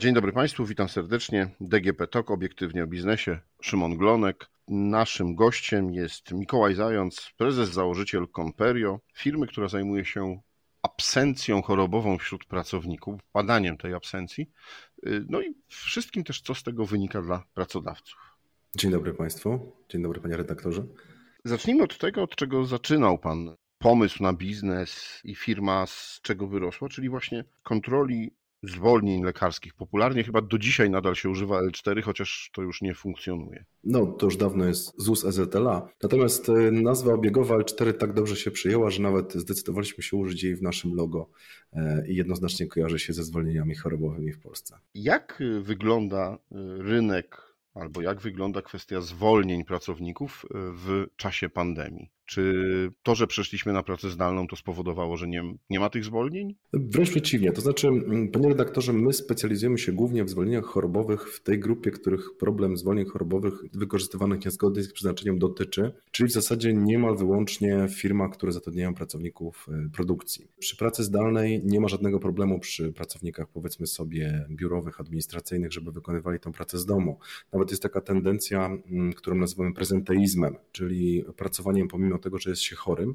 Dzień dobry Państwu, witam serdecznie. DGP Talk, obiektywnie o biznesie. Szymon Glonek. Naszym gościem jest Mikołaj Zając, prezes, założyciel Conperio, firmy, która zajmuje się absencją chorobową wśród pracowników, badaniem tej absencji, no i wszystkim też, co z tego wynika dla pracodawców. Dzień dobry Państwu, dzień dobry Panie redaktorze. Zacznijmy od tego, od czego zaczynał Pan pomysł na biznes i firma, z czego wyrosła, czyli właśnie kontroli zwolnień lekarskich. Popularnie chyba do dzisiaj nadal się używa L4, chociaż to już nie funkcjonuje. No, to już dawno jest ZUS EZLA. Natomiast nazwa obiegowa L4 tak dobrze się przyjęła, że nawet zdecydowaliśmy się użyć jej w naszym logo i jednoznacznie kojarzy się ze zwolnieniami chorobowymi w Polsce. Jak wygląda rynek albo jak wygląda kwestia zwolnień pracowników w czasie pandemii? Czy to, że przeszliśmy na pracę zdalną, to spowodowało, że nie ma tych zwolnień? Wręcz przeciwnie. To znaczy, panie redaktorze, my specjalizujemy się głównie w zwolnieniach chorobowych w tej grupie, których problem zwolnień chorobowych wykorzystywanych niezgodnie z przeznaczeniem dotyczy, czyli w zasadzie niemal wyłącznie firma, które zatrudniają pracowników produkcji. Przy pracy zdalnej nie ma żadnego problemu przy pracownikach, powiedzmy sobie, biurowych, administracyjnych, żeby wykonywali tę pracę z domu. Nawet jest taka tendencja, którą nazywamy prezenteizmem, czyli pracowaniem pomimo tego, że jest się chorym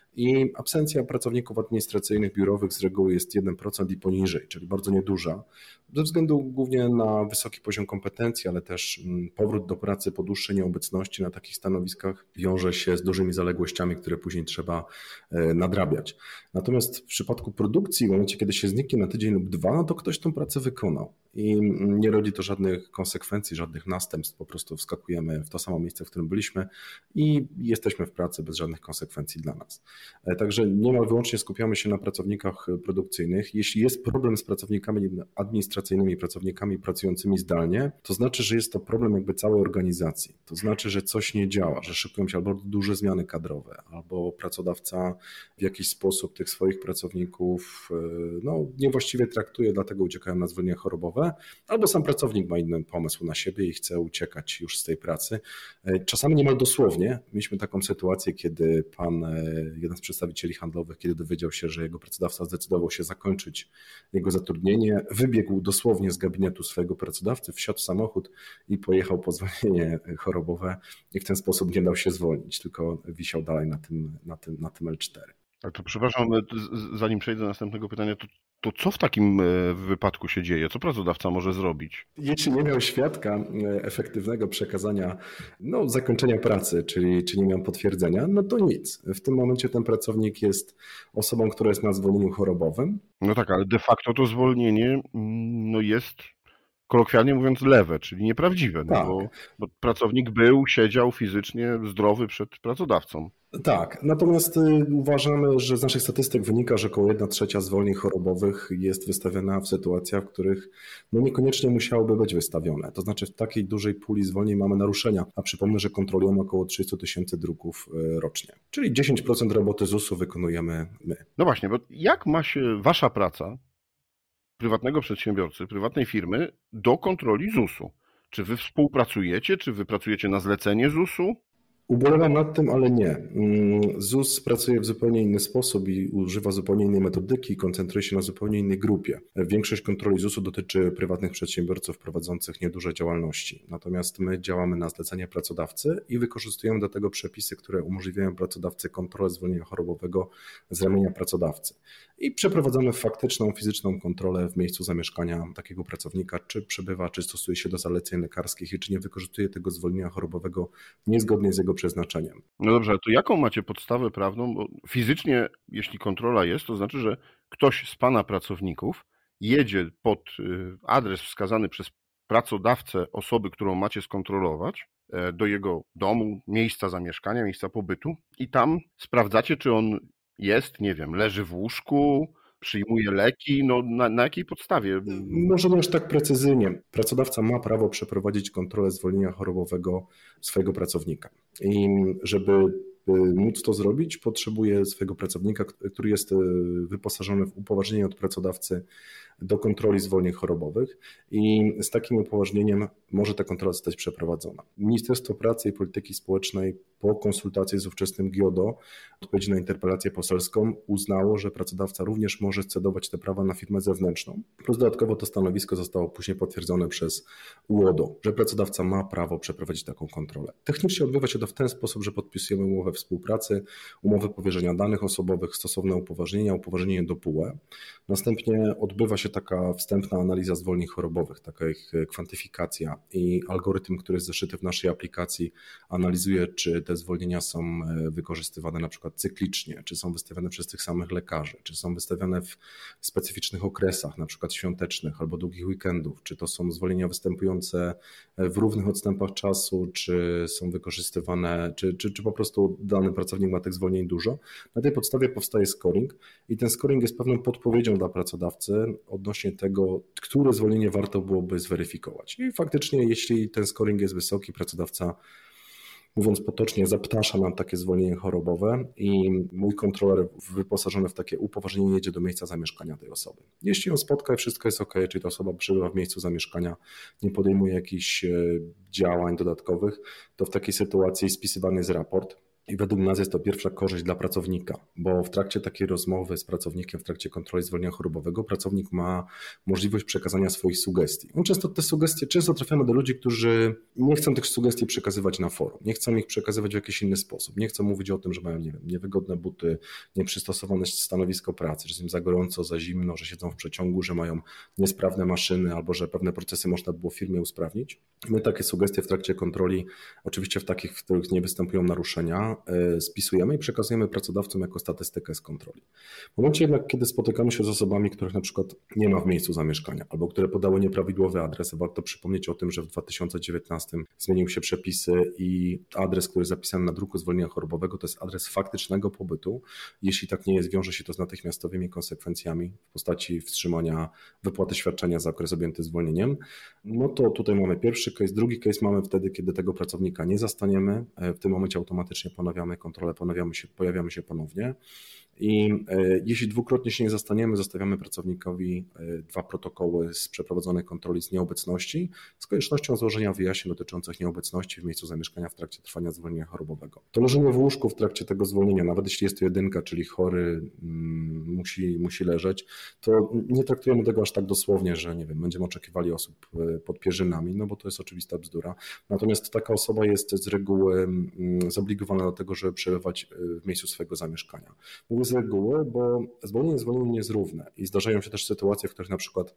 i absencja pracowników administracyjnych, biurowych z reguły jest 1% i poniżej, czyli bardzo nieduża, ze względu głównie na wysoki poziom kompetencji, ale też powrót do pracy po dłuższej nieobecności na takich stanowiskach wiąże się z dużymi zaległościami, które później trzeba nadrabiać. Natomiast w przypadku produkcji, w momencie kiedy się zniknie na tydzień lub dwa, no to ktoś tą pracę wykonał i nie rodzi to żadnych konsekwencji, żadnych następstw, po prostu wskakujemy w to samo miejsce, w którym byliśmy i jesteśmy w pracy bez żadnych konsekwencji dla nas. Także niemal wyłącznie skupiamy się na pracownikach produkcyjnych. Jeśli jest problem z pracownikami administracyjnymi, pracownikami pracującymi zdalnie, to znaczy, że jest to problem jakby całej organizacji. To znaczy, że coś nie działa, że szykują się albo duże zmiany kadrowe, albo pracodawca w jakiś sposób tych swoich pracowników niewłaściwie traktuje, dlatego uciekają na zwolnienia chorobowe, albo sam pracownik ma inny pomysł na siebie i chce uciekać już z tej pracy. Czasami niemal dosłownie. Mieliśmy taką sytuację, kiedy jeden z przedstawicieli handlowych, kiedy dowiedział się, że jego pracodawca zdecydował się zakończyć jego zatrudnienie, wybiegł dosłownie z gabinetu swojego pracodawcy, wsiadł w samochód i pojechał po zwolnienie chorobowe i w ten sposób nie dał się zwolnić, tylko wisiał dalej na tym L4. Ale to przepraszam, zanim przejdę do następnego pytania, to co w takim wypadku się dzieje? Co pracodawca może zrobić? Jeśli nie miał świadka efektywnego przekazania, zakończenia pracy, czyli nie miał potwierdzenia, no to nic. W tym momencie ten pracownik jest osobą, która jest na zwolnieniu chorobowym. No tak, ale de facto to zwolnienie jest, kolokwialnie mówiąc, lewe, czyli nieprawdziwe, Tak. bo pracownik siedział fizycznie zdrowy przed pracodawcą. Tak, natomiast uważamy, że z naszych statystyk wynika, że około 1/3 zwolnień chorobowych jest wystawiona w sytuacjach, w których niekoniecznie musiałoby być wystawione. To znaczy w takiej dużej puli zwolnień mamy naruszenia, a przypomnę, że kontrolujemy około 300 000 druków rocznie. Czyli 10% roboty ZUS-u wykonujemy my. No właśnie, bo jak ma się wasza praca, prywatnego przedsiębiorcy, prywatnej firmy do kontroli ZUS-u? Czy wy współpracujecie, czy wy pracujecie na zlecenie ZUS-u? Ubolewam nad tym, ale nie. ZUS pracuje w zupełnie inny sposób i używa zupełnie innej metodyki i koncentruje się na zupełnie innej grupie. Większość kontroli ZUS-u dotyczy prywatnych przedsiębiorców prowadzących nieduże działalności. Natomiast my działamy na zlecenie pracodawcy i wykorzystujemy do tego przepisy, które umożliwiają pracodawcy kontrolę zwolnienia chorobowego z ramienia pracodawcy. I przeprowadzamy faktyczną, fizyczną kontrolę w miejscu zamieszkania takiego pracownika, czy przebywa, czy stosuje się do zaleceń lekarskich i czy nie wykorzystuje tego zwolnienia chorobowego niezgodnie z jego przeznaczeniem. No dobrze, ale to jaką macie podstawę prawną? Bo fizycznie, jeśli kontrola jest, to znaczy, że ktoś z pana pracowników jedzie pod adres wskazany przez pracodawcę osoby, którą macie skontrolować, do jego domu, miejsca zamieszkania, miejsca pobytu i tam sprawdzacie, czy on jest, nie wiem, leży w łóżku, przyjmuje leki, na jakiej podstawie? Może nie aż tak precyzyjnie. Pracodawca ma prawo przeprowadzić kontrolę zwolnienia chorobowego swojego pracownika. I żeby móc to zrobić, potrzebuje swojego pracownika, który jest wyposażony w upoważnienie od pracodawcy do kontroli zwolnień chorobowych i z takim upoważnieniem może ta kontrola zostać przeprowadzona. Ministerstwo Pracy i Polityki Społecznej po konsultacji z ówczesnym GIODO, w odpowiedzi na interpelację poselską, uznało, że pracodawca również może scedować te prawa na firmę zewnętrzną. Plus dodatkowo to stanowisko zostało później potwierdzone przez UODO, że pracodawca ma prawo przeprowadzić taką kontrolę. Technicznie odbywa się to w ten sposób, że podpisujemy umowę współpracy, umowę powierzenia danych osobowych, stosowne upoważnienia, upoważnienie do PUE. Następnie odbywa się taka wstępna analiza zwolnień chorobowych, taka ich kwantyfikacja i algorytm, który jest zeszyty w naszej aplikacji, analizuje, czy te zwolnienia są wykorzystywane na przykład cyklicznie, czy są wystawiane przez tych samych lekarzy, czy są wystawiane w specyficznych okresach, na przykład świątecznych albo długich weekendów, czy to są zwolnienia występujące w równych odstępach czasu, czy są wykorzystywane, czy po prostu dany pracownik ma tych zwolnień dużo. Na tej podstawie powstaje scoring i ten scoring jest pewną podpowiedzią dla pracodawcy odnośnie tego, które zwolnienie warto byłoby zweryfikować. I faktycznie, jeśli ten scoring jest wysoki, pracodawca, mówiąc potocznie, zaptasza nam takie zwolnienie chorobowe i mój kontroler wyposażony w takie upoważnienie jedzie do miejsca zamieszkania tej osoby. Jeśli ją spotka i wszystko jest ok, czyli ta osoba przebywa w miejscu zamieszkania, nie podejmuje jakichś działań dodatkowych, to w takiej sytuacji spisywany jest raport. I według nas jest to pierwsza korzyść dla pracownika, bo w trakcie takiej rozmowy z pracownikiem, w trakcie kontroli zwolnienia chorobowego, pracownik ma możliwość przekazania swoich sugestii. Często trafiamy do ludzi, którzy nie chcą tych sugestii przekazywać na forum, nie chcą ich przekazywać w jakiś inny sposób, nie chcą mówić o tym, że mają, nie wiem, niewygodne buty, nieprzystosowane stanowisko pracy, że jest im za gorąco, za zimno, że siedzą w przeciągu, że mają niesprawne maszyny albo że pewne procesy można było w firmie usprawnić. My takie sugestie w trakcie kontroli, oczywiście w takich, w których nie występują naruszenia, spisujemy i przekazujemy pracodawcom jako statystykę z kontroli. W momencie jednak, kiedy spotykamy się z osobami, których na przykład nie ma w miejscu zamieszkania albo które podały nieprawidłowy adres, warto przypomnieć o tym, że w 2019 zmieniły się przepisy i adres, który jest zapisany na druku zwolnienia chorobowego, to jest adres faktycznego pobytu. Jeśli tak nie jest, wiąże się to z natychmiastowymi konsekwencjami w postaci wstrzymania wypłaty świadczenia za okres objęty zwolnieniem. No to tutaj mamy pierwszy case. Drugi case mamy wtedy, kiedy tego pracownika nie zastaniemy. W tym momencie automatycznie ponawiamy kontrolę, pojawiamy się ponownie i jeśli dwukrotnie się nie zastaniemy, zostawiamy pracownikowi 2 protokoły z przeprowadzonej kontroli z nieobecności z koniecznością złożenia wyjaśnień dotyczących nieobecności w miejscu zamieszkania w trakcie trwania zwolnienia chorobowego. To leżenie w łóżku w trakcie tego zwolnienia, nawet jeśli jest to jedynka, czyli chory musi leżeć, to nie traktujemy tego aż tak dosłownie, że nie wiem, będziemy oczekiwali osób pod pierzynami, no bo to jest oczywista bzdura. Natomiast taka osoba jest z reguły zobligowana do tego, żeby przebywać w miejscu swojego zamieszkania. Mówię z reguły, bo zwolnienie nie jest równe i zdarzają się też sytuacje, w których na przykład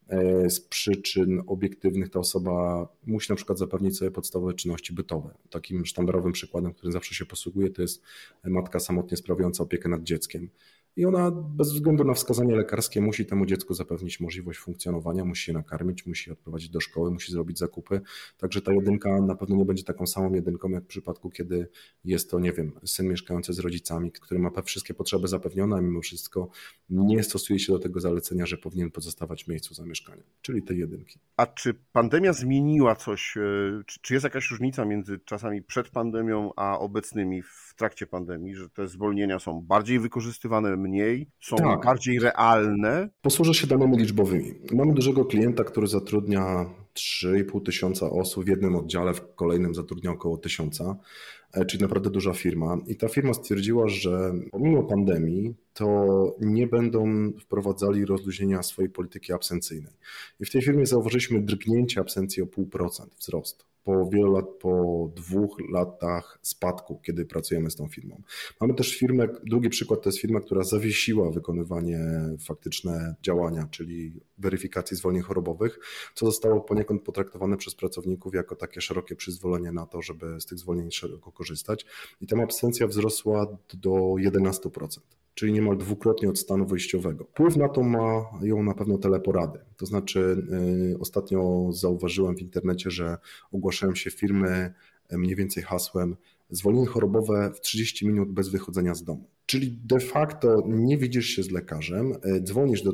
z przyczyn obiektywnych ta osoba musi na przykład zapewnić sobie podstawowe czynności bytowe. Takim sztandarowym przykładem, którym zawsze się posługuje, to jest matka samotnie sprawująca opiekę nad dzieckiem. I ona bez względu na wskazanie lekarskie musi temu dziecku zapewnić możliwość funkcjonowania, musi je nakarmić, musi je odprowadzić do szkoły, musi zrobić zakupy. Także ta jedynka na pewno nie będzie taką samą jedynką jak w przypadku, kiedy jest to, nie wiem, syn mieszkający z rodzicami, który ma wszystkie potrzeby zapewnione, a mimo wszystko nie stosuje się do tego zalecenia, że powinien pozostawać w miejscu zamieszkania, czyli tej jedynki. A czy pandemia zmieniła coś, czy jest jakaś różnica między czasami przed pandemią, a obecnymi w trakcie pandemii, że te zwolnienia są bardziej wykorzystywane, mniej, są bardziej realne? Posłużę się danymi liczbowymi. Mamy dużego klienta, który zatrudnia 3,5 tysiąca osób w jednym oddziale, w kolejnym zatrudnia około 1000, czyli naprawdę duża firma. I ta firma stwierdziła, że pomimo pandemii to nie będą wprowadzali rozluźnienia swojej polityki absencyjnej. I w tej firmie zauważyliśmy drgnięcie absencji o 0,5% wzrost. Po wielu lat, po 2 latach spadku, kiedy pracujemy z tą firmą. Mamy też firmę, drugi przykład to jest firma, która zawiesiła wykonywanie faktyczne działania, czyli weryfikacji zwolnień chorobowych, co zostało poniekąd potraktowane przez pracowników jako takie szerokie przyzwolenie na to, żeby z tych zwolnień szeroko korzystać. I tam absencja wzrosła do 11%. Czyli niemal dwukrotnie od stanu wyjściowego. Wpływ na to mają na pewno teleporady. To znaczy ostatnio zauważyłem w internecie, że ogłaszają się firmy mniej więcej hasłem zwolnienie chorobowe w 30 minut bez wychodzenia z domu. Czyli de facto nie widzisz się z lekarzem, dzwonisz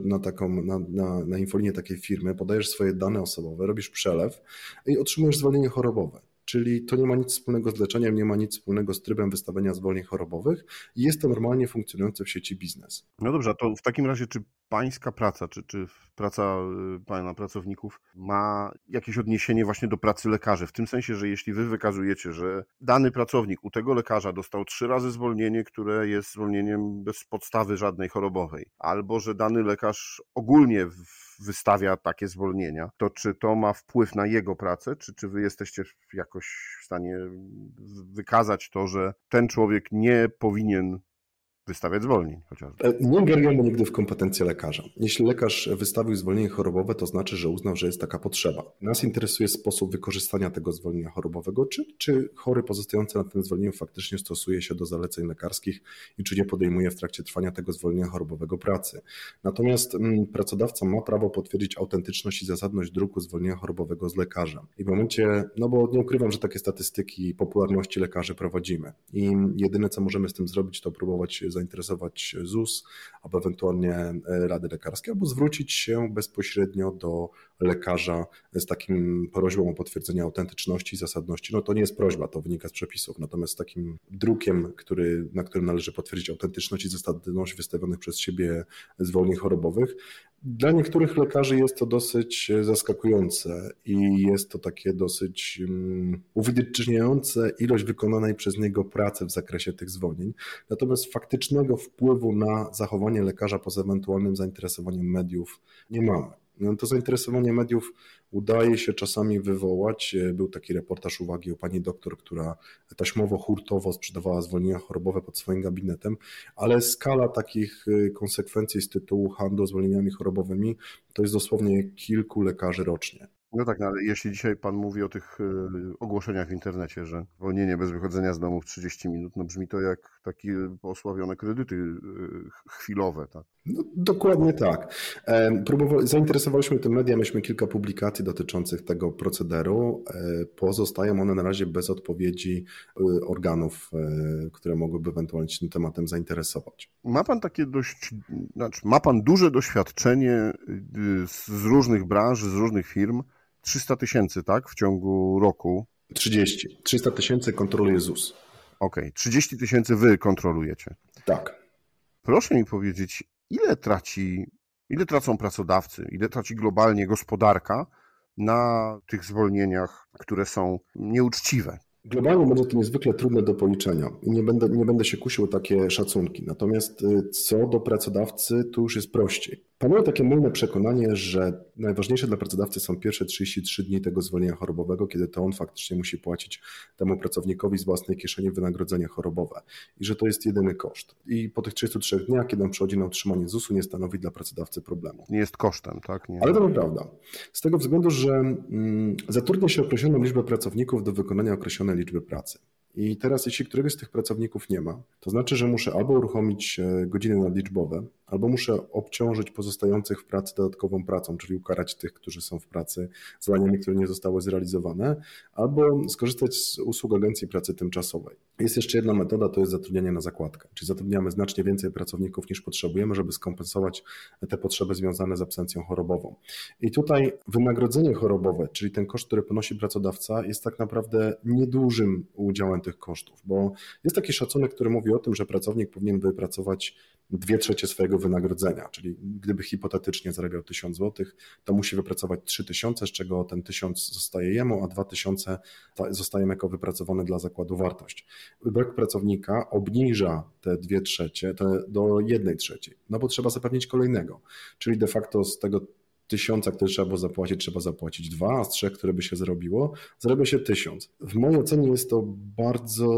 na infolinię takiej firmy, podajesz swoje dane osobowe, robisz przelew i otrzymujesz zwolnienie chorobowe. Czyli to nie ma nic wspólnego z leczeniem, nie ma nic wspólnego z trybem wystawienia zwolnień chorobowych i jest to normalnie funkcjonujący w sieci biznes. No dobrze, to w takim razie czy pańska praca, czy praca pana pracowników ma jakieś odniesienie właśnie do pracy lekarzy? W tym sensie, że jeśli wy wykazujecie, że dany pracownik u tego lekarza dostał 3 razy zwolnienie, które jest zwolnieniem bez podstawy żadnej chorobowej, albo że dany lekarz ogólnie wystawia takie zwolnienia, to czy to ma wpływ na jego pracę, czy wy jesteście jakoś w stanie wykazać to, że ten człowiek nie powinien wystawiać zwolnień chociażby? Nie ingerujemy nigdy w kompetencje lekarza. Jeśli lekarz wystawił zwolnienie chorobowe, to znaczy, że uznał, że jest taka potrzeba. Nas interesuje sposób wykorzystania tego zwolnienia chorobowego, czy chory pozostający na tym zwolnieniu faktycznie stosuje się do zaleceń lekarskich i czy nie podejmuje w trakcie trwania tego zwolnienia chorobowego pracy. Natomiast pracodawca ma prawo potwierdzić autentyczność i zasadność druku zwolnienia chorobowego z lekarzem. I w momencie, no bo nie ukrywam, że takie statystyki popularności lekarzy prowadzimy i jedyne, co możemy z tym zrobić, to próbować zainteresować ZUS, albo ewentualnie rady lekarskie, albo zwrócić się bezpośrednio do lekarza z takim prośbą o potwierdzenie autentyczności i zasadności. No to nie jest prośba, to wynika z przepisów, natomiast takim drukiem, na którym należy potwierdzić autentyczność i zasadność wystawionych przez siebie zwolnień chorobowych. Dla niektórych lekarzy jest to dosyć zaskakujące i jest to takie dosyć uwidaczniające ilość wykonanej przez niego pracy w zakresie tych zwolnień. Natomiast faktycznego wpływu na zachowanie lekarza poza ewentualnym zainteresowaniem mediów nie mamy. No to zainteresowanie mediów udaje się czasami wywołać. Był taki reportaż uwagi o pani doktor, która taśmowo, hurtowo sprzedawała zwolnienia chorobowe pod swoim gabinetem, ale skala takich konsekwencji z tytułu handlu zwolnieniami chorobowymi to jest dosłownie kilku lekarzy rocznie. No tak, no ale jeśli dzisiaj pan mówi o tych ogłoszeniach w internecie, że zwolnienie bez wychodzenia z domu w 30 minut, no brzmi to jak takie osławione kredyty chwilowe, tak? No, dokładnie tak. Zainteresowaliśmy tym media, mieliśmy kilka publikacji dotyczących tego procederu. Pozostają one na razie bez odpowiedzi organów, które mogłyby ewentualnie się tym tematem zainteresować. Ma pan ma pan duże doświadczenie z różnych branż, z różnych firm. 300 000, tak? W ciągu roku. 30. 300 000 kontroluje ZUS. Okej, 30 000 wy kontrolujecie. Tak. Proszę mi powiedzieć, ile tracą pracodawcy, ile traci globalnie gospodarka na tych zwolnieniach, które są nieuczciwe? Globalnie będzie to niezwykle trudne do policzenia i nie będę się kusił o takie szacunki. Natomiast co do pracodawcy, tu już jest prościej. Panuje takie mylne przekonanie, że najważniejsze dla pracodawcy są pierwsze 33 dni tego zwolnienia chorobowego, kiedy to on faktycznie musi płacić temu pracownikowi z własnej kieszeni wynagrodzenie chorobowe i że to jest jedyny koszt. I po tych 33 dniach, kiedy on przychodzi na utrzymanie ZUS-u, nie stanowi dla pracodawcy problemu. Nie jest kosztem, tak? Nie. Ale to nieprawda. Z tego względu, że zatrudnia się określoną liczbę pracowników do wykonania określonej liczby pracy. I teraz jeśli któregoś z tych pracowników nie ma, to znaczy, że muszę albo uruchomić godziny nadliczbowe, albo muszę obciążyć pozostających w pracy dodatkową pracą, czyli ukarać tych, którzy są w pracy zadaniami, które nie zostały zrealizowane, albo skorzystać z usług agencji pracy tymczasowej. Jest jeszcze jedna metoda, to jest zatrudnianie na zakładkę, czyli zatrudniamy znacznie więcej pracowników niż potrzebujemy, żeby skompensować te potrzeby związane z absencją chorobową. I tutaj wynagrodzenie chorobowe, czyli ten koszt, który ponosi pracodawca, jest tak naprawdę niedużym udziałem tych kosztów, bo jest taki szacunek, który mówi o tym, że pracownik powinien wypracować 2/3 swojego wynagrodzenia, czyli gdyby hipotetycznie zarabiał 1000 zł, to musi wypracować 3000, z czego ten 1000 zostaje jemu, a 2000 zostaje jako wypracowane dla zakładu wartość. Brak pracownika obniża te 2/3 do 1/3, no bo trzeba zapewnić kolejnego, czyli de facto z tego 1000, które trzeba zapłacić 2, a z 3, które by się zrobiło, zarabia się 1000. W mojej ocenie jest to bardzo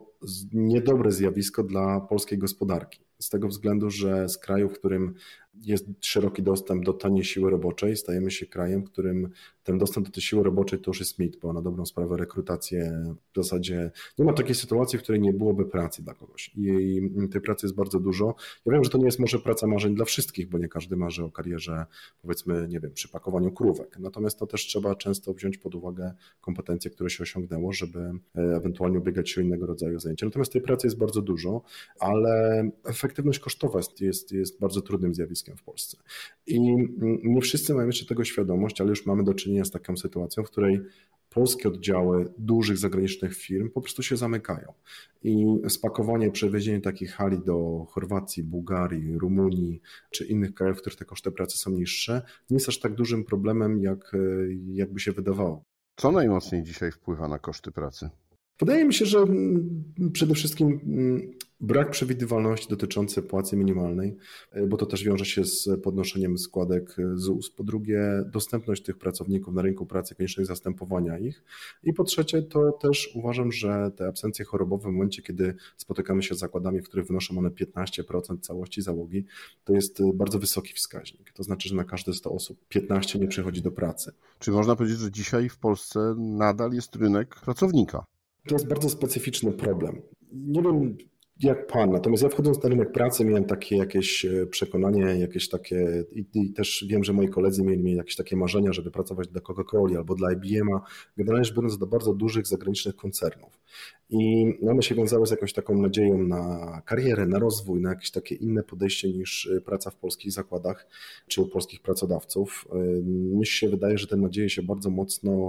niedobre zjawisko dla polskiej gospodarki. Z tego względu, że z kraju, w którym jest szeroki dostęp do taniej siły roboczej, stajemy się krajem, w którym ten dostęp do tej siły roboczej to już jest mit, bo na dobrą sprawę rekrutację w zasadzie nie ma takiej sytuacji, w której nie byłoby pracy dla kogoś. I tej pracy jest bardzo dużo. Ja wiem, że to nie jest może praca marzeń dla wszystkich, bo nie każdy marzy o karierze, powiedzmy, nie wiem, przy pakowaniu krówek. Natomiast to też trzeba często wziąć pod uwagę kompetencje, które się osiągnęło, żeby ewentualnie ubiegać się o innego rodzaju zajęcia. Natomiast tej pracy jest bardzo dużo, ale efektywność kosztowa jest bardzo trudnym zjawiskiem w Polsce. I nie wszyscy mają jeszcze tego świadomość, ale już mamy do czynienia z taką sytuacją, w której polskie oddziały dużych zagranicznych firm po prostu się zamykają. I spakowanie, przewiezienie takich hali do Chorwacji, Bułgarii, Rumunii czy innych krajów, w których te koszty pracy są niższe, nie jest aż tak dużym problemem, jakby się wydawało. Co najmocniej dzisiaj wpływa na koszty pracy? Wydaje mi się, że przede wszystkim brak przewidywalności dotyczący płacy minimalnej, bo to też wiąże się z podnoszeniem składek ZUS. Po drugie, dostępność tych pracowników na rynku pracy, konieczność zastępowania ich. I po trzecie, to też uważam, że te absencje chorobowe w momencie, kiedy spotykamy się z zakładami, w których wynoszą one 15% całości załogi, to jest bardzo wysoki wskaźnik. To znaczy, że na każde 100 osób 15 nie przychodzi do pracy. Czy można powiedzieć, że dzisiaj w Polsce nadal jest rynek pracownika? To jest bardzo specyficzny problem. Nie wiem jak pan, natomiast ja wchodząc na rynek pracy miałem takie jakieś przekonanie, jakieś takie i też wiem, że moi koledzy mieli jakieś takie marzenia, żeby pracować dla Coca-Coli albo dla IBM-a, generalnie rzecz biorąc do bardzo dużych zagranicznych koncernów. I one się wiązały z jakąś taką nadzieją na karierę, na rozwój, na jakieś takie inne podejście niż praca w polskich zakładach czy u polskich pracodawców. Mi się wydaje, że te nadzieje się bardzo mocno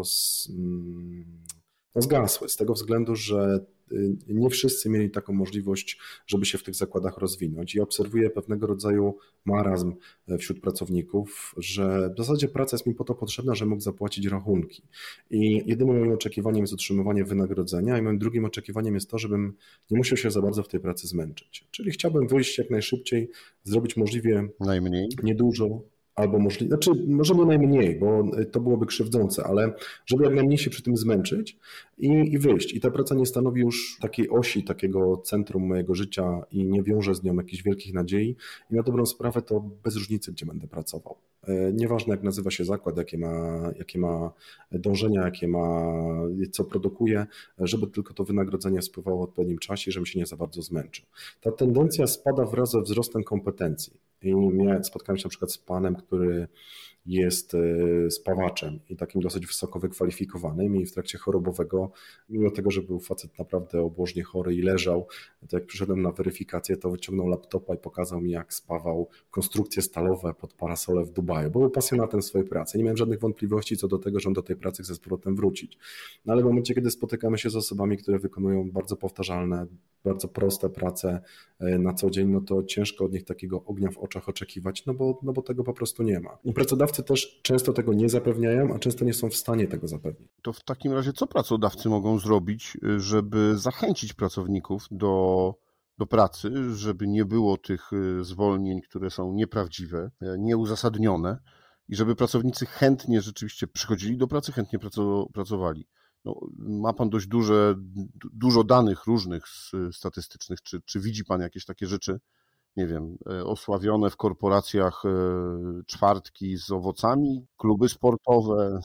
zgasły z tego względu, że nie wszyscy mieli taką możliwość, żeby się w tych zakładach rozwinąć i obserwuję pewnego rodzaju marazm wśród pracowników, że w zasadzie praca jest mi po to potrzebna, że mógł zapłacić rachunki i jedynym moim oczekiwaniem jest otrzymywanie wynagrodzenia i moim drugim oczekiwaniem jest to, żebym nie musiał się za bardzo w tej pracy zmęczyć. Czyli chciałbym wyjść jak najszybciej, zrobić możliwie najmniej niedużo, albo możliwe, znaczy może nie najmniej, bo to byłoby krzywdzące, ale żeby jak najmniej się przy tym zmęczyć i wyjść. I ta praca nie stanowi już takiej osi, takiego centrum mojego życia i nie wiąże z nią jakichś wielkich nadziei. I na dobrą sprawę to bez różnicy, gdzie będę pracował. Nieważne jak nazywa się zakład, jakie ma dążenia, co produkuje, żeby tylko to wynagrodzenie spływało w odpowiednim czasie, żebym się nie za bardzo zmęczył. Ta tendencja spada wraz ze wzrostem kompetencji. I spotkałem się na przykład z panem, który jest spawaczem i takim dosyć wysoko wykwalifikowanym i w trakcie chorobowego, mimo tego, że był facet naprawdę obłożnie chory i leżał, to jak przyszedłem na weryfikację, to wyciągnął laptopa i pokazał mi, jak spawał konstrukcje stalowe pod parasole w Dubaju, bo był pasjonatem swojej pracy. Nie miałem żadnych wątpliwości co do tego, że on do tej pracy chce z powrotem wrócić. No ale w momencie, kiedy spotykamy się z osobami, które wykonują bardzo powtarzalne, bardzo proste prace na co dzień, no to ciężko od nich takiego ognia w oczach oczekiwać, no bo tego po prostu nie ma. I pracodawcy też często tego nie zapewniają, a często nie są w stanie tego zapewnić. To w takim razie co pracodawcy mogą zrobić, żeby zachęcić pracowników do pracy, żeby nie było tych zwolnień, które są nieprawdziwe, nieuzasadnione i żeby pracownicy chętnie rzeczywiście przychodzili do pracy, chętnie pracowali? No, ma pan dość dużo danych różnych statystycznych. Czy widzi pan jakieś takie rzeczy, nie wiem, osławione w korporacjach czwartki z owocami, kluby sportowe?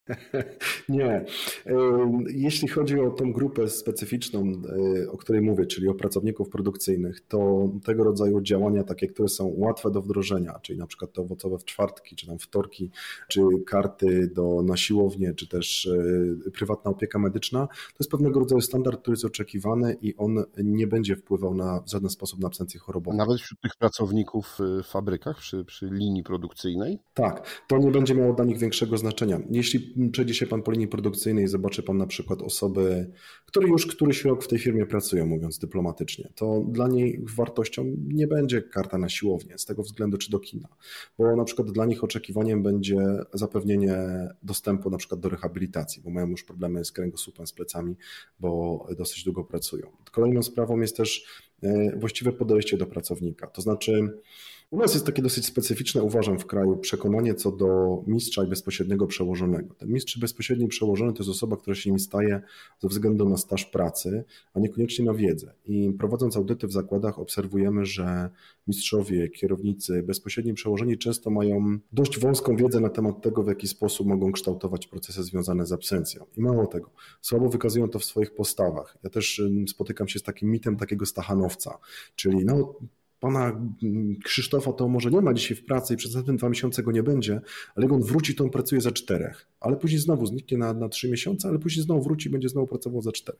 Nie. Jeśli chodzi o tą grupę specyficzną, o której mówię, czyli o pracowników produkcyjnych, to tego rodzaju działania takie, które są łatwe do wdrożenia, czyli na przykład te owocowe w czwartki, czy tam wtorki, czy karty na siłownię, czy też prywatna opieka medyczna, to jest pewnego rodzaju standard, który jest oczekiwany i on nie będzie wpływał w żaden sposób na absencję chorobową. Nawet wśród tych pracowników w fabrykach, przy linii produkcyjnej? Tak, to nie będzie miało dla nich większego znaczenia. Jeśli przejdzie się pan po linii produkcyjnej i zobaczy pan na przykład osoby, które już któryś rok w tej firmie pracują, mówiąc dyplomatycznie, to dla niej wartością nie będzie karta na siłownię, z tego względu czy do kina, bo na przykład dla nich oczekiwaniem będzie zapewnienie dostępu na przykład do rehabilitacji, bo mają już problemy z kręgosłupem, z plecami, bo dosyć długo pracują. Kolejną sprawą jest też właściwe podejście do pracownika, to znaczy u nas jest takie dosyć specyficzne, uważam, w kraju przekonanie co do mistrza i bezpośredniego przełożonego. Ten mistrz bezpośredni przełożony to jest osoba, która się nim staje ze względu na staż pracy, a niekoniecznie na wiedzę. I prowadząc audyty w zakładach obserwujemy, że mistrzowie, kierownicy, bezpośredni przełożeni często mają dość wąską wiedzę na temat tego, w jaki sposób mogą kształtować procesy związane z absencją. I mało tego, słabo wykazują to w swoich postawach. Ja też spotykam się z takim mitem takiego stachanowca, czyli pana Krzysztofa to może nie ma dzisiaj w pracy i przez następne 2 miesiące go nie będzie, ale jak on wróci, to on pracuje za 4, ale później znowu zniknie na 3 miesiące, ale później znowu wróci i będzie znowu pracował za 4.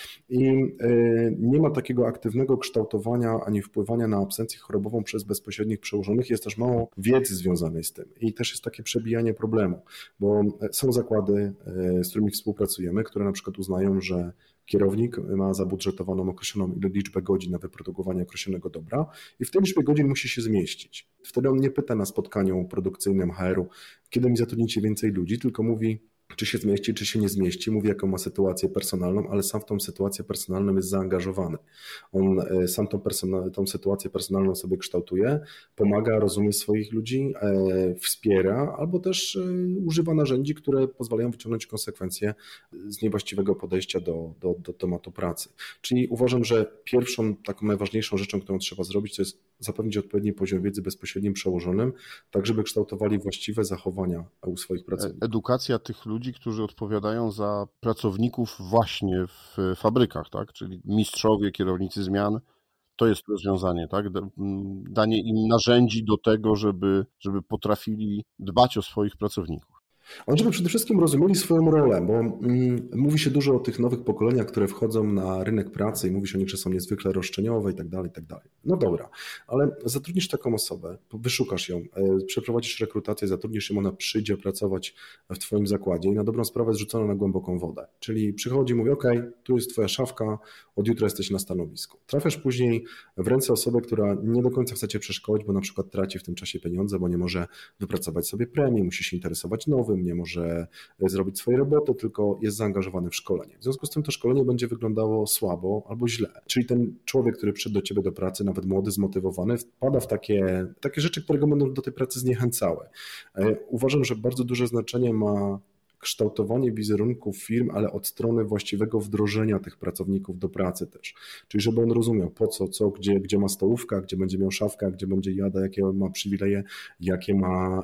I nie ma takiego aktywnego kształtowania ani wpływania na absencję chorobową przez bezpośrednich przełożonych. Jest też mało wiedzy związanej z tym i też jest takie przebijanie problemu, bo są zakłady, z którymi współpracujemy, które na przykład uznają, że kierownik ma zabudżetowaną określoną liczbę godzin na wyprodukowanie określonego dobra i w tej liczbie godzin musi się zmieścić. Wtedy on nie pyta na spotkaniu produkcyjnym HR-u, kiedy mi zatrudnicie więcej ludzi, tylko mówi, czy się zmieści, czy się nie zmieści, mówi jaką ma sytuację personalną, ale sam w tą sytuację personalną jest zaangażowany. On sam tą sytuację personalną sobie kształtuje, pomaga, rozumie swoich ludzi, wspiera, albo też używa narzędzi, które pozwalają wyciągnąć konsekwencje z niewłaściwego podejścia do tematu pracy. Czyli uważam, że pierwszą, taką najważniejszą rzeczą, którą trzeba zrobić, to jest zapewnić odpowiedni poziom wiedzy bezpośrednim przełożonym, tak żeby kształtowali właściwe zachowania u swoich pracowników. Edukacja tych ludzi, którzy odpowiadają za pracowników właśnie w fabrykach, tak? Czyli mistrzowie, kierownicy zmian, to jest rozwiązanie, tak? Danie im narzędzi do tego, żeby potrafili dbać o swoich pracowników. Ale żeby przede wszystkim rozumieli swoją rolę, bo mówi się dużo o tych nowych pokoleniach, które wchodzą na rynek pracy i mówi się o nich, że są niezwykle roszczeniowe i tak dalej, i tak dalej. No dobra, ale zatrudnisz taką osobę, wyszukasz ją, przeprowadzisz rekrutację, zatrudnisz ją, ona przyjdzie pracować w twoim zakładzie i na dobrą sprawę jest rzucona na głęboką wodę. Czyli przychodzi i mówi, ok, tu jest twoja szafka, od jutra jesteś na stanowisku. Trafiasz później w ręce osoby, która nie do końca chce cię przeszkolić, bo na przykład traci w tym czasie pieniądze, bo nie może wypracować sobie premii, musi się interesować nowym, nie może zrobić swojej roboty, tylko jest zaangażowany w szkolenie. W związku z tym to szkolenie będzie wyglądało słabo albo źle. Czyli ten człowiek, który przyszedł do ciebie do pracy, nawet młody, zmotywowany, wpada w takie rzeczy, które go będą do tej pracy zniechęcały. Uważam, że bardzo duże znaczenie ma kształtowanie wizerunku firm, ale od strony właściwego wdrożenia tych pracowników do pracy też. Czyli żeby on rozumiał po co, gdzie ma stołówka, gdzie będzie miał szafkę, gdzie będzie jada, jakie ma przywileje, jakie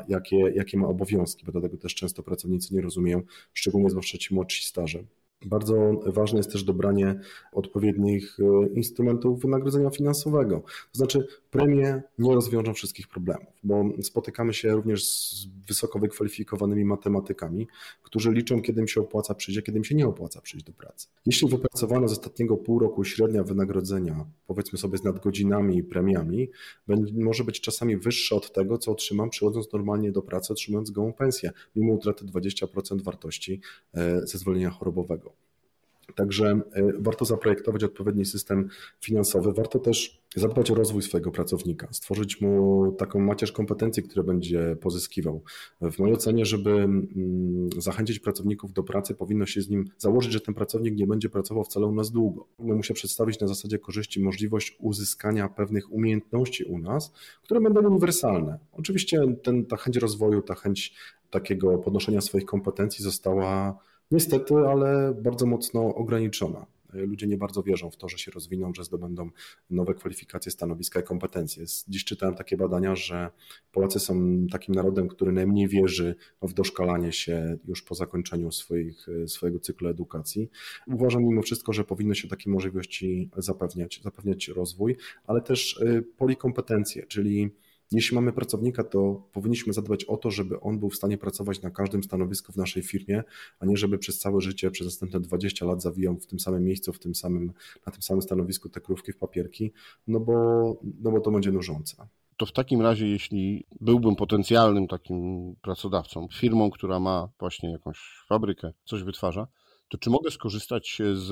ma obowiązki, bo do tego też często pracownicy nie rozumieją, szczególnie zwłaszcza ci młodsi starzy. Bardzo ważne jest też dobranie odpowiednich instrumentów wynagrodzenia finansowego. To znaczy premie nie rozwiążą wszystkich problemów, bo spotykamy się również z wysoko wykwalifikowanymi matematykami, którzy liczą, kiedy im się opłaca przyjść, a kiedy im się nie opłaca przyjść do pracy. Jeśli wypracowano z ostatniego pół roku średnia wynagrodzenia, powiedzmy sobie z nadgodzinami i premiami, może być czasami wyższa od tego, co otrzymam przychodząc normalnie do pracy, otrzymując gołą pensję, mimo utraty 20% wartości ze zwolnienia chorobowego. Także warto zaprojektować odpowiedni system finansowy, warto też zadbać o rozwój swojego pracownika, stworzyć mu taką macierz kompetencji, które będzie pozyskiwał. W mojej ocenie, żeby zachęcić pracowników do pracy, powinno się z nim założyć, że ten pracownik nie będzie pracował wcale u nas długo. My się przedstawić na zasadzie korzyści możliwość uzyskania pewnych umiejętności u nas, które będą uniwersalne. Oczywiście ta chęć rozwoju, ta chęć takiego podnoszenia swoich kompetencji została niestety, ale bardzo mocno ograniczona. Ludzie nie bardzo wierzą w to, że się rozwiną, że zdobędą nowe kwalifikacje, stanowiska i kompetencje. Dziś czytałem takie badania, że Polacy są takim narodem, który najmniej wierzy w doszkalanie się już po zakończeniu swojego cyklu edukacji. Uważam mimo wszystko, że powinno się takie możliwości zapewniać rozwój, ale też polikompetencje, czyli jeśli mamy pracownika, to powinniśmy zadbać o to, żeby on był w stanie pracować na każdym stanowisku w naszej firmie, a nie żeby przez całe życie, przez następne 20 lat zawijał w tym samym miejscu, na tym samym stanowisku te krówki w papierki, no bo to będzie nużące. To w takim razie, jeśli byłbym potencjalnym takim pracodawcą, firmą, która ma właśnie jakąś fabrykę, coś wytwarza, to czy mogę skorzystać z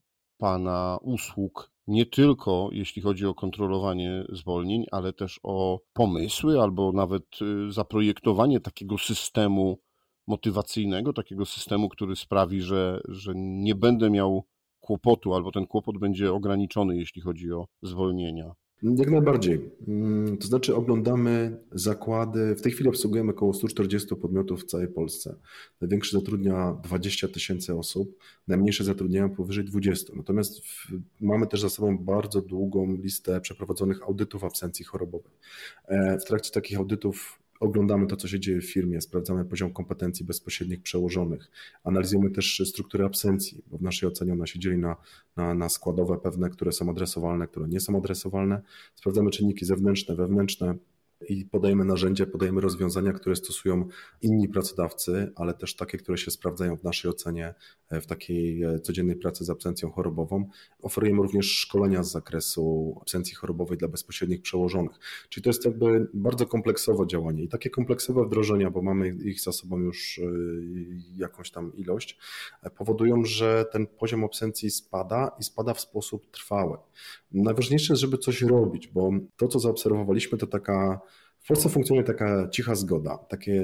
Pana usług nie tylko jeśli chodzi o kontrolowanie zwolnień, ale też o pomysły albo nawet zaprojektowanie takiego systemu motywacyjnego, takiego systemu, który sprawi, że nie będę miał kłopotu albo ten kłopot będzie ograniczony, jeśli chodzi o zwolnienia? Jak najbardziej. To znaczy oglądamy zakłady, w tej chwili obsługujemy około 140 podmiotów w całej Polsce. Największy zatrudnia 20 000 osób, najmniejsze zatrudniają powyżej 20. Natomiast mamy też za sobą bardzo długą listę przeprowadzonych audytów absencji chorobowej. W trakcie takich audytów oglądamy to, co się dzieje w firmie, sprawdzamy poziom kompetencji bezpośrednich przełożonych, analizujemy też strukturę absencji, bo w naszej ocenie ona się dzieli na składowe pewne, które są adresowalne, które nie są adresowalne. Sprawdzamy czynniki zewnętrzne, wewnętrzne i podajemy narzędzia, podajemy rozwiązania, które stosują inni pracodawcy, ale też takie, które się sprawdzają w naszej ocenie w takiej codziennej pracy z absencją chorobową. Oferujemy również szkolenia z zakresu absencji chorobowej dla bezpośrednich przełożonych. Czyli to jest jakby bardzo kompleksowe działanie i takie kompleksowe wdrożenia, bo mamy ich za sobą już jakąś tam ilość, powodują, że ten poziom absencji spada i spada w sposób trwały. Najważniejsze jest, żeby coś robić, bo to, co zaobserwowaliśmy, to w Polsce funkcjonuje taka cicha zgoda,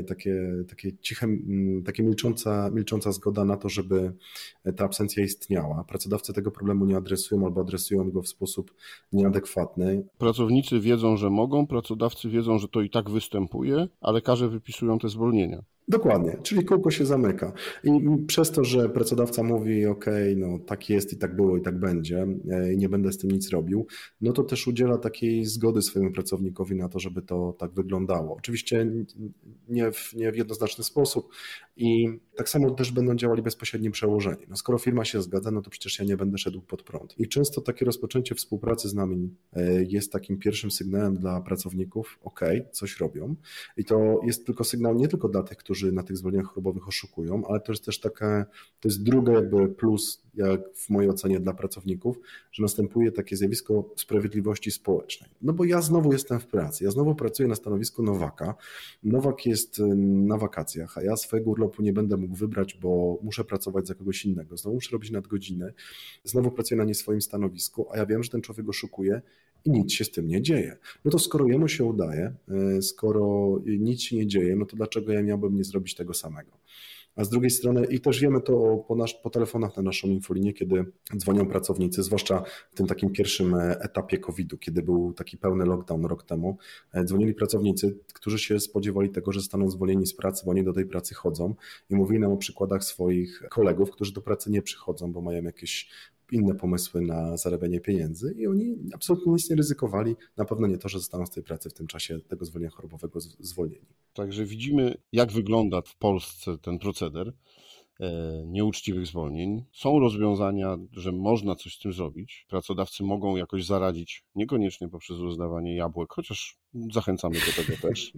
takie milcząca zgoda na to, żeby ta absencja istniała. Pracodawcy tego problemu nie adresują albo adresują go w sposób nieadekwatny. Pracownicy wiedzą, że mogą, pracodawcy wiedzą, że to i tak występuje, a lekarze wypisują te zwolnienia. Dokładnie, czyli kółko się zamyka i przez to, że pracodawca mówi no tak jest i tak było i tak będzie i nie będę z tym nic robił, no to też udziela takiej zgody swojemu pracownikowi na to, żeby to tak wyglądało. Oczywiście nie w jednoznaczny sposób i tak samo też będą działali bezpośredni przełożeni. No skoro firma się zgadza, no to przecież ja nie będę szedł pod prąd. I często takie rozpoczęcie współpracy z nami jest takim pierwszym sygnałem dla pracowników, coś robią i to jest tylko sygnał nie tylko dla tych, którzy na tych zwolnieniach chorobowych oszukują, ale to jest też to jest drugi jakby plus, jak w mojej ocenie dla pracowników, że następuje takie zjawisko sprawiedliwości społecznej. No bo ja znowu jestem w pracy, ja znowu pracuję na stanowisku nowaka, nowak jest na wakacjach, a ja swojego urlopu nie będę mógł wybrać, bo muszę pracować za kogoś innego, znowu muszę robić nadgodziny, znowu pracuję na nie swoim stanowisku, a ja wiem, że ten człowiek oszukuje i nic się z tym nie dzieje. No to skoro jemu się udaje, skoro nic się nie dzieje, no to dlaczego ja miałbym nie zrobić tego samego? A z drugiej strony, i też wiemy to po telefonach na naszą infolinię, kiedy dzwonią pracownicy, zwłaszcza w tym takim pierwszym etapie COVID-u, kiedy był taki pełny lockdown rok temu, dzwonili pracownicy, którzy się spodziewali tego, że zostaną zwolnieni z pracy, bo oni do tej pracy chodzą i mówili nam o przykładach swoich kolegów, którzy do pracy nie przychodzą, bo mają jakieś inne pomysły na zarabianie pieniędzy i oni absolutnie nic nie ryzykowali, na pewno nie to, że zostaną z tej pracy w tym czasie tego zwolnienia chorobowego zwolnieni. Także widzimy, jak wygląda w Polsce ten proceder nieuczciwych zwolnień. Są rozwiązania, że można coś z tym zrobić. Pracodawcy mogą jakoś zaradzić, niekoniecznie poprzez rozdawanie jabłek, chociaż zachęcamy do tego też.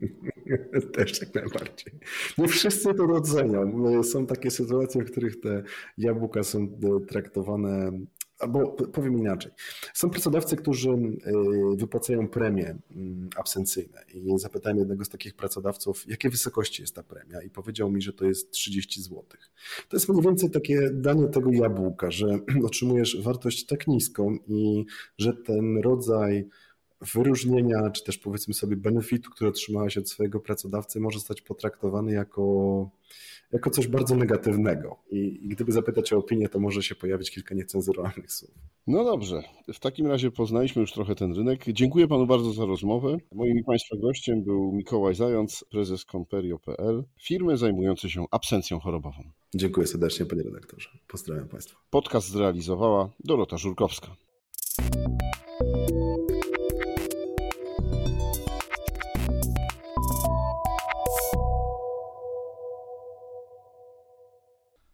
Też jak najbardziej. Nie wszyscy to docenią. Są takie sytuacje, w których te jabłka są traktowane. Albo powiem inaczej. Są pracodawcy, którzy wypłacają premie absencyjne i zapytałem jednego z takich pracodawców, jakiej wysokości jest ta premia i powiedział mi, że to jest 30 zł. To jest mniej więcej takie danie tego jabłka, że otrzymujesz wartość tak niską i że ten rodzaj wyróżnienia, czy też powiedzmy sobie benefitu, który otrzymałeś od swojego pracodawcy, może zostać potraktowany jako coś bardzo negatywnego. I gdyby zapytać o opinię, to może się pojawić kilka niecenzuralnych słów. No dobrze, w takim razie poznaliśmy już trochę ten rynek. Dziękuję panu bardzo za rozmowę. Moim i państwa gościem był Mikołaj Zając, prezes Comperio.pl, firmy zajmującej się absencją chorobową. Dziękuję serdecznie, panie redaktorze. Pozdrawiam państwa. Podcast zrealizowała Dorota Żurkowska.